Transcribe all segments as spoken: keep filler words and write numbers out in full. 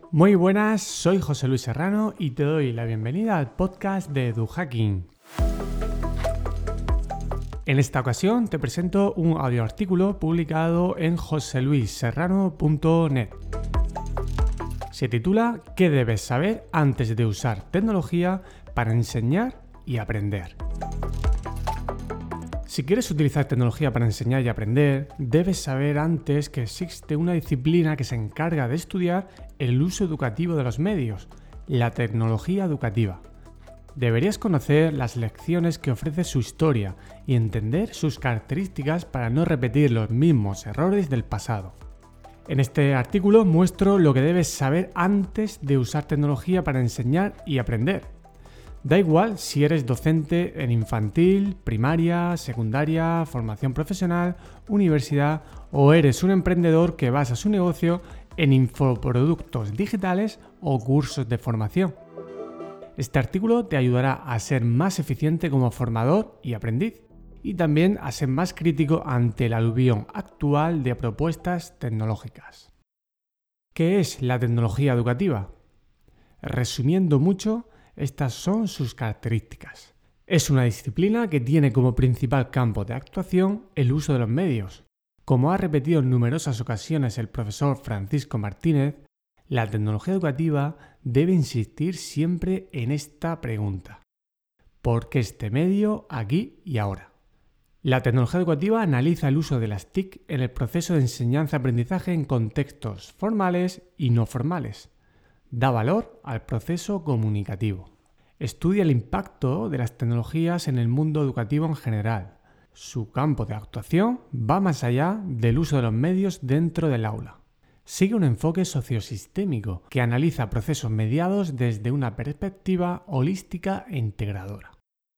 Muy buenas, soy José Luis Serrano y te doy la bienvenida al podcast de EduHacking. En esta ocasión te presento un audioartículo publicado en jose luis serrano punto net. Se titula ¿Qué debes saber antes de usar tecnología para enseñar y aprender? Si quieres utilizar tecnología para enseñar y aprender, debes saber antes que existe una disciplina que se encarga de estudiar el uso educativo de los medios, la tecnología educativa. Deberías conocer las lecciones que ofrece su historia y entender sus características para no repetir los mismos errores del pasado. En este artículo muestro lo que debes saber antes de usar tecnología para enseñar y aprender. Da igual si eres docente en infantil, primaria, secundaria, formación profesional, universidad o eres un emprendedor que basa su negocio en infoproductos digitales o cursos de formación. Este artículo te ayudará a ser más eficiente como formador y aprendiz y también a ser más crítico ante el aluvión actual de propuestas tecnológicas. ¿Qué es la tecnología educativa? Resumiendo mucho, estas son sus características. Es una disciplina que tiene como principal campo de actuación el uso de los medios. Como ha repetido en numerosas ocasiones el profesor Francisco Martínez, la tecnología educativa debe insistir siempre en esta pregunta: ¿por qué este medio aquí y ahora? La tecnología educativa analiza el uso de las T I C en el proceso de enseñanza-aprendizaje en contextos formales y no formales. Da valor al proceso comunicativo. Estudia el impacto de las tecnologías en el mundo educativo en general. Su campo de actuación va más allá del uso de los medios dentro del aula. Sigue un enfoque sociosistémico que analiza procesos mediados desde una perspectiva holística e integradora.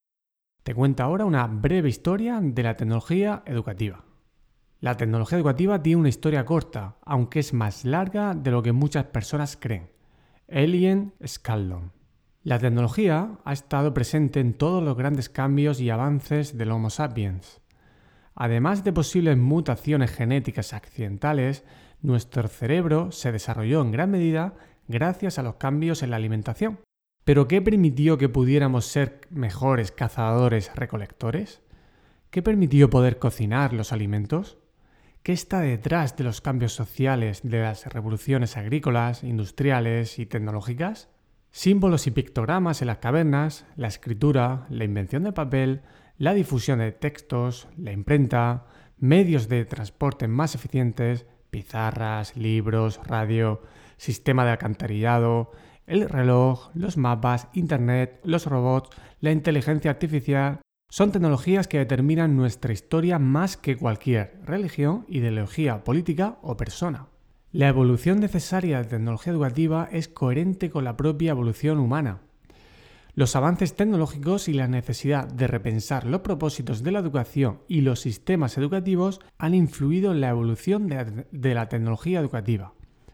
Te cuento ahora una breve historia de la tecnología educativa. La tecnología educativa tiene una historia corta, aunque es más larga de lo que muchas personas creen. Eliot Scandlon. La tecnología ha estado presente en todos los grandes cambios y avances del Homo sapiens. Además de posibles mutaciones genéticas accidentales, nuestro cerebro se desarrolló en gran medida gracias a los cambios en la alimentación. ¿Pero qué permitió que pudiéramos ser mejores cazadores-recolectores? ¿Qué permitió poder cocinar los alimentos? ¿Qué está detrás de los cambios sociales de las revoluciones agrícolas, industriales y tecnológicas? Símbolos y pictogramas en las cavernas, la escritura, la invención del papel, la difusión de textos, la imprenta, medios de transporte más eficientes, pizarras, libros, radio, sistema de alcantarillado, el reloj, los mapas, internet, los robots, la inteligencia artificial. Son tecnologías que determinan nuestra historia más que cualquier religión, ideología política o persona. La evolución necesaria de la tecnología educativa es coherente con la propia evolución humana. Los avances tecnológicos y la necesidad de repensar los propósitos de la educación y los sistemas educativos han influido en la evolución de la, de la tecnología educativa.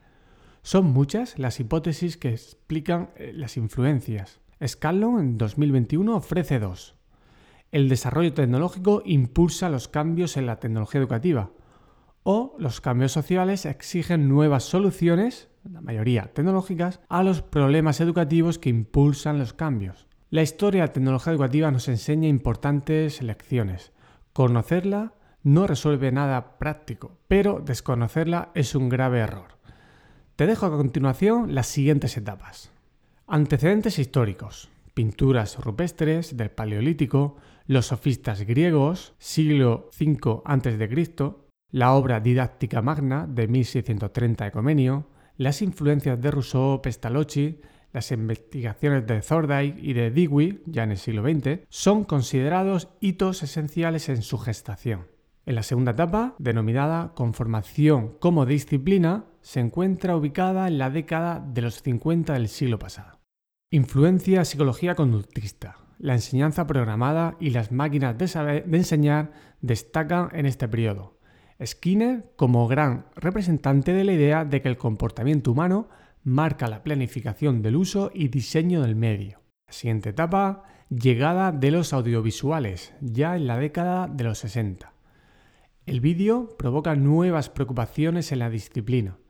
Son muchas las hipótesis que explican las influencias. Scandlon en dos mil veintiuno ofrece dos. El desarrollo tecnológico impulsa los cambios en la tecnología educativa, o los cambios sociales exigen nuevas soluciones, la mayoría tecnológicas, a los problemas educativos que impulsan los cambios. La historia de la tecnología educativa nos enseña importantes lecciones. Conocerla no resuelve nada práctico, pero desconocerla es un grave error. Te dejo a continuación las siguientes etapas. Antecedentes históricos. Pinturas rupestres del Paleolítico, los sofistas griegos, siglo quinto antes de Cristo, la obra didáctica magna de mil seiscientos treinta de Comenio, las influencias de Rousseau, Pestalozzi, las investigaciones de Thorndike y de Dewey, ya en el siglo veinte, son considerados hitos esenciales en su gestación. En la segunda etapa, denominada conformación como disciplina, se encuentra ubicada en la década de los cincuenta del siglo pasado. Influencia psicología conductista. La enseñanza programada y las máquinas de, saber, de enseñar destacan en este periodo. Skinner como gran representante de la idea de que el comportamiento humano marca la planificación del uso y diseño del medio. La siguiente etapa, llegada de los audiovisuales, ya en la década de los sesenta. El vídeo provoca nuevas preocupaciones en la disciplina.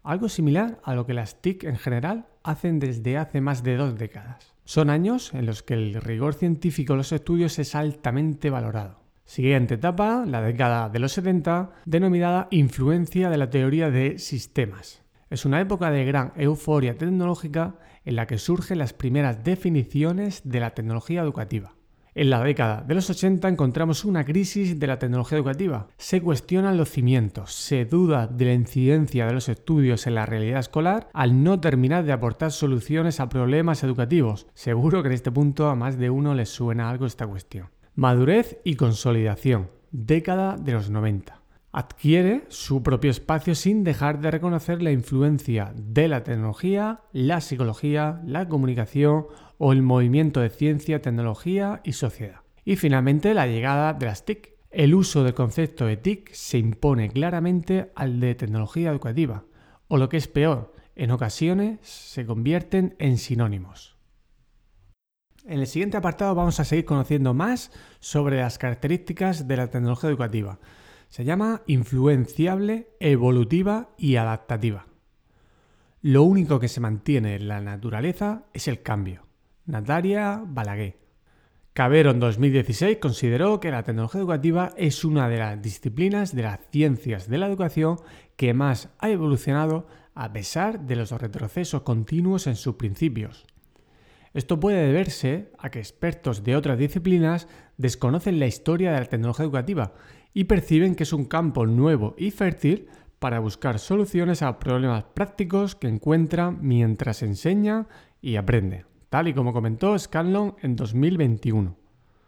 algo similar a lo que las T I C en general hacen desde hace más de dos décadas. Son años en los que el rigor científico de los estudios es altamente valorado. Siguiente etapa, la década de los setenta, denominada influencia de la teoría de sistemas. Es una época de gran euforia tecnológica en la que surgen las primeras definiciones de la tecnología educativa. En la década de los ochenta encontramos una crisis de la tecnología educativa. Se cuestionan los cimientos, se duda de la incidencia de los estudios en la realidad escolar al no terminar de aportar soluciones a problemas educativos. Seguro que en este punto a más de uno les suena algo esta cuestión. Madurez y consolidación. Década de los noventa. Adquiere su propio espacio sin dejar de reconocer la influencia de la tecnología, la psicología, la comunicación o el movimiento de ciencia, tecnología y sociedad. Y finalmente la llegada de las T I C. El uso del concepto de T I C se impone claramente al de tecnología educativa, o lo que es peor, en ocasiones se convierten en sinónimos. En el siguiente apartado vamos a seguir conociendo más sobre las características de la tecnología educativa. Se llama influenciable, evolutiva y adaptativa. Lo único que se mantiene en la naturaleza es el cambio. Natalia Balaguer. Cabero en dos mil dieciséis consideró que la tecnología educativa es una de las disciplinas de las ciencias de la educación que más ha evolucionado a pesar de los retrocesos continuos en sus principios. Esto puede deberse a que expertos de otras disciplinas desconocen la historia de la tecnología educativa y perciben que es un campo nuevo y fértil para buscar soluciones a problemas prácticos que encuentran mientras enseña y aprende, tal y como comentó Scanlon en dos mil veintiuno.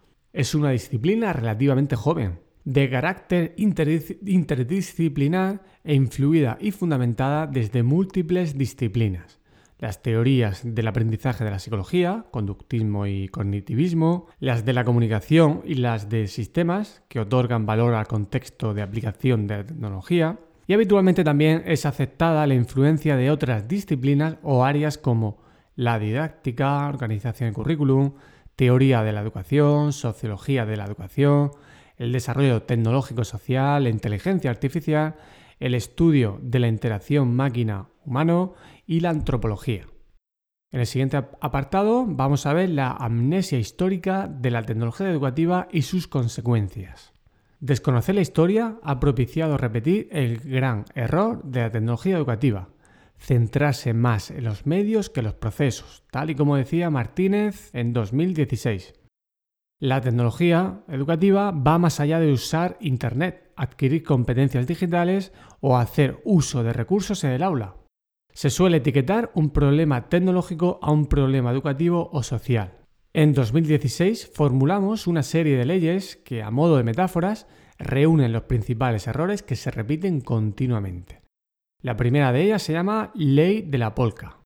Es una disciplina relativamente joven, de carácter interdis- interdisciplinar e influida y fundamentada desde múltiples disciplinas. Las teorías del aprendizaje de la psicología, conductismo y cognitivismo, las de la comunicación y las de sistemas, que otorgan valor al contexto de aplicación de la tecnología, y habitualmente también es aceptada la influencia de otras disciplinas o áreas como la didáctica, organización de currículum, teoría de la educación, sociología de la educación, el desarrollo tecnológico social, la inteligencia artificial, el estudio de la interacción máquina-humano y la antropología. En el siguiente apartado vamos a ver la amnesia histórica de la tecnología educativa y sus consecuencias. Desconocer la historia ha propiciado repetir el gran error de la tecnología educativa, centrarse más en los medios que en los procesos, tal y como decía Martínez en dos mil dieciséis. La tecnología educativa va más allá de usar Internet, adquirir competencias digitales o hacer uso de recursos en el aula. Se suele etiquetar un problema tecnológico a un problema educativo o social. En dos mil dieciséis formulamos una serie de leyes que, a modo de metáforas, reúnen los principales errores que se repiten continuamente. La primera de ellas se llama Ley de la Polka.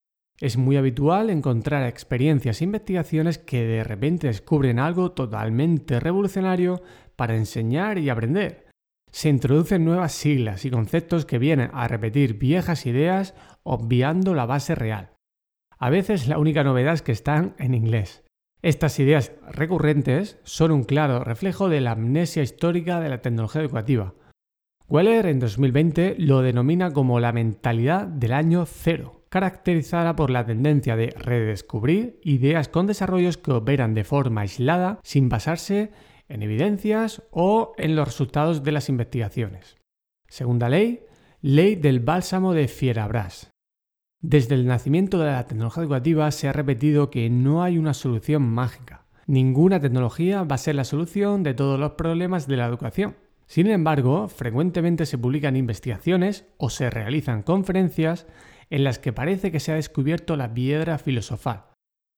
Es muy habitual encontrar experiencias e investigaciones que de repente descubren algo totalmente revolucionario para enseñar y aprender. Se introducen nuevas siglas y conceptos que vienen a repetir viejas ideas obviando la base real. A veces la única novedad es que están en inglés. Estas ideas recurrentes son un claro reflejo de la amnesia histórica de la tecnología educativa. Weller en dos mil veinte lo denomina como la mentalidad del año cero, caracterizada por la tendencia de redescubrir ideas con desarrollos que operan de forma aislada sin basarse en evidencias o en los resultados de las investigaciones. Segunda ley, ley del bálsamo de Fierabras. Desde el nacimiento de la tecnología educativa se ha repetido que no hay una solución mágica. Ninguna tecnología va a ser la solución de todos los problemas de la educación. Sin embargo, frecuentemente se publican investigaciones o se realizan conferencias en las que parece que se ha descubierto la piedra filosofal.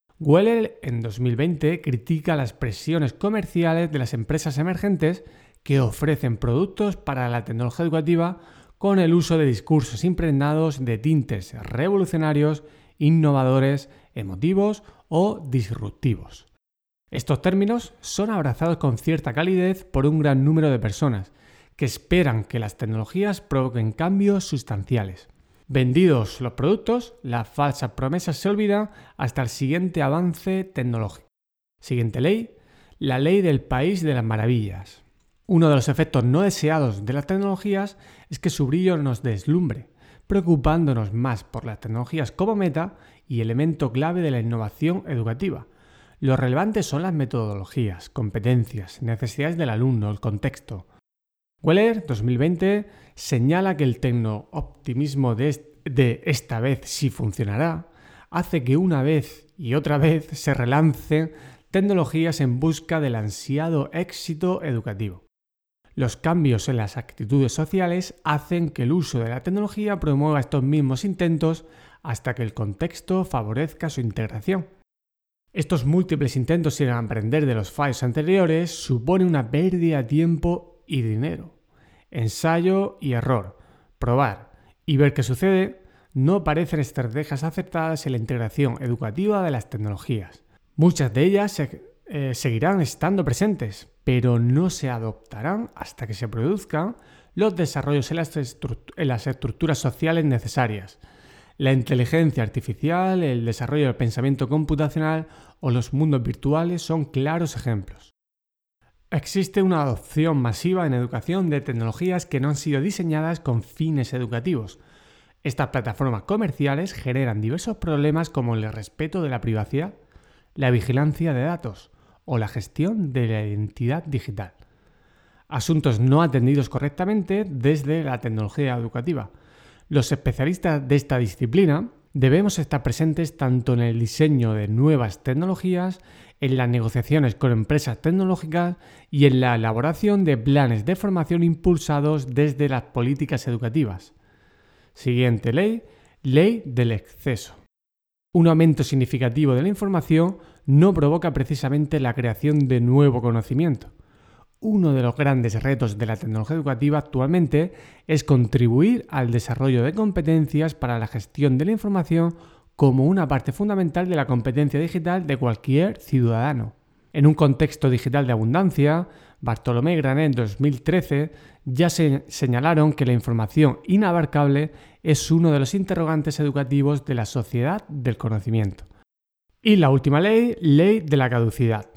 Weller en dos mil veinte critica las presiones comerciales de las empresas emergentes que ofrecen productos para la tecnología educativa con el uso de discursos impregnados de tintes revolucionarios, innovadores, emotivos o disruptivos. Estos términos son abrazados con cierta calidez por un gran número de personas que esperan que las tecnologías provoquen cambios sustanciales. Vendidos los productos, las falsas promesas se olvidan hasta el siguiente avance tecnológico. Siguiente ley, la ley del país de las maravillas. Uno de los efectos no deseados de las tecnologías es que su brillo nos deslumbre, preocupándonos más por las tecnologías como meta y elemento clave de la innovación educativa. Lo relevante son las metodologías, competencias, necesidades del alumno, el contexto. Weller, dos mil veinte, señala que el tecno-optimismo de, est- de esta vez sí funcionará hace que una vez y otra vez se relancen tecnologías en busca del ansiado éxito educativo. Los cambios en las actitudes sociales hacen que el uso de la tecnología promueva estos mismos intentos hasta que el contexto favorezca su integración. Estos múltiples intentos sin aprender de los fallos anteriores supone una pérdida de tiempo y dinero. Ensayo y error, probar y ver qué sucede no parecen estrategias acertadas en la integración educativa de las tecnologías. Muchas de ellas se, eh, seguirán estando presentes, pero no se adoptarán hasta que se produzcan los desarrollos en las, estruct- en las estructuras sociales necesarias. La inteligencia artificial, el desarrollo del pensamiento computacional o los mundos virtuales son claros ejemplos. Existe una adopción masiva en educación de tecnologías que no han sido diseñadas con fines educativos. Estas plataformas comerciales generan diversos problemas como el respeto de la privacidad, la vigilancia de datos o la gestión de la identidad digital. Asuntos no atendidos correctamente desde la tecnología educativa. Los especialistas de esta disciplina debemos estar presentes tanto en el diseño de nuevas tecnologías, en las negociaciones con empresas tecnológicas y en la elaboración de planes de formación impulsados desde las políticas educativas. Siguiente ley, ley del exceso. Un aumento significativo de la información no provoca precisamente la creación de nuevo conocimiento. Uno de los grandes retos de la tecnología educativa actualmente es contribuir al desarrollo de competencias para la gestión de la información como una parte fundamental de la competencia digital de cualquier ciudadano. En un contexto digital de abundancia, Bartolomé y Granet en dos mil trece ya se señalaron que la información inabarcable es uno de los interrogantes educativos de la sociedad del conocimiento. Y la última ley, ley de la caducidad.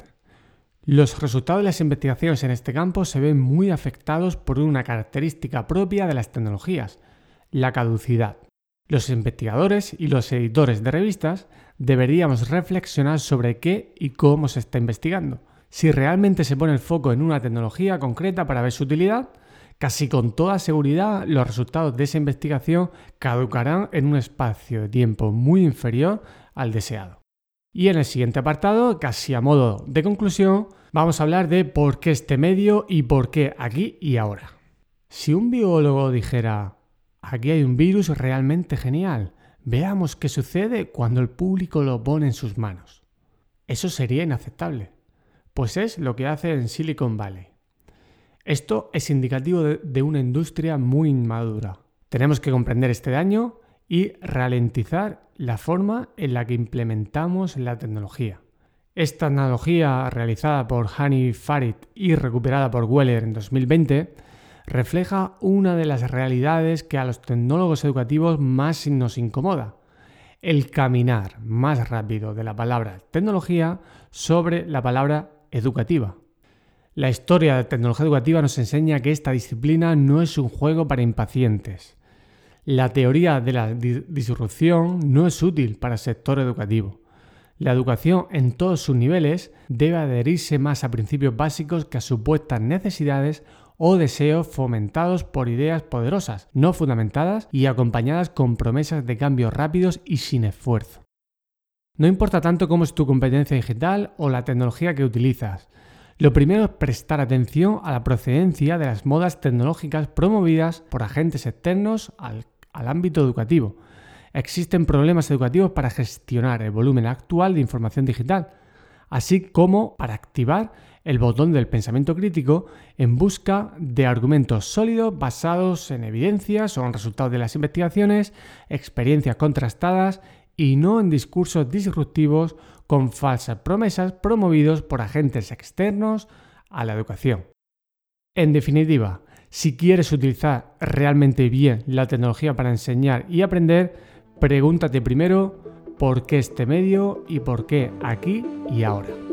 Los resultados de las investigaciones en este campo se ven muy afectados por una característica propia de las tecnologías, la caducidad. Los investigadores y los editores de revistas deberíamos reflexionar sobre qué y cómo se está investigando. Si realmente se pone el foco en una tecnología concreta para ver su utilidad, casi con toda seguridad los resultados de esa investigación caducarán en un espacio de tiempo muy inferior al deseado. Y en el siguiente apartado, casi a modo de conclusión, vamos a hablar de por qué este medio y por qué aquí y ahora. Si un biólogo dijera, aquí hay un virus realmente genial, veamos qué sucede cuando el público lo pone en sus manos. Eso sería inaceptable, pues es lo que hace en Silicon Valley. Esto es indicativo de, de una industria muy inmadura. Tenemos que comprender este daño y ralentizar la forma en la que implementamos la tecnología. Esta analogía realizada por Hani Farid y recuperada por Weller en dos mil veinte refleja una de las realidades que a los tecnólogos educativos más nos incomoda: el caminar más rápido de la palabra tecnología sobre la palabra educativa. La historia de tecnología educativa nos enseña que esta disciplina no es un juego para impacientes. La teoría de la di- disrupción no es útil para el sector educativo. La educación en todos sus niveles debe adherirse más a principios básicos que a supuestas necesidades o deseos fomentados por ideas poderosas, no fundamentadas y acompañadas con promesas de cambios rápidos y sin esfuerzo. No importa tanto cómo es tu competencia digital o la tecnología que utilizas. Lo primero es prestar atención a la procedencia de las modas tecnológicas promovidas por agentes externos al, al ámbito educativo. Existen problemas educativos para gestionar el volumen actual de información digital, así como para activar el botón del pensamiento crítico en busca de argumentos sólidos basados en evidencias o en resultados de las investigaciones, experiencias contrastadas y no en discursos disruptivos con falsas promesas promovidos por agentes externos a la educación. En definitiva, si quieres utilizar realmente bien la tecnología para enseñar y aprender, pregúntate primero por qué este medio y por qué aquí y ahora.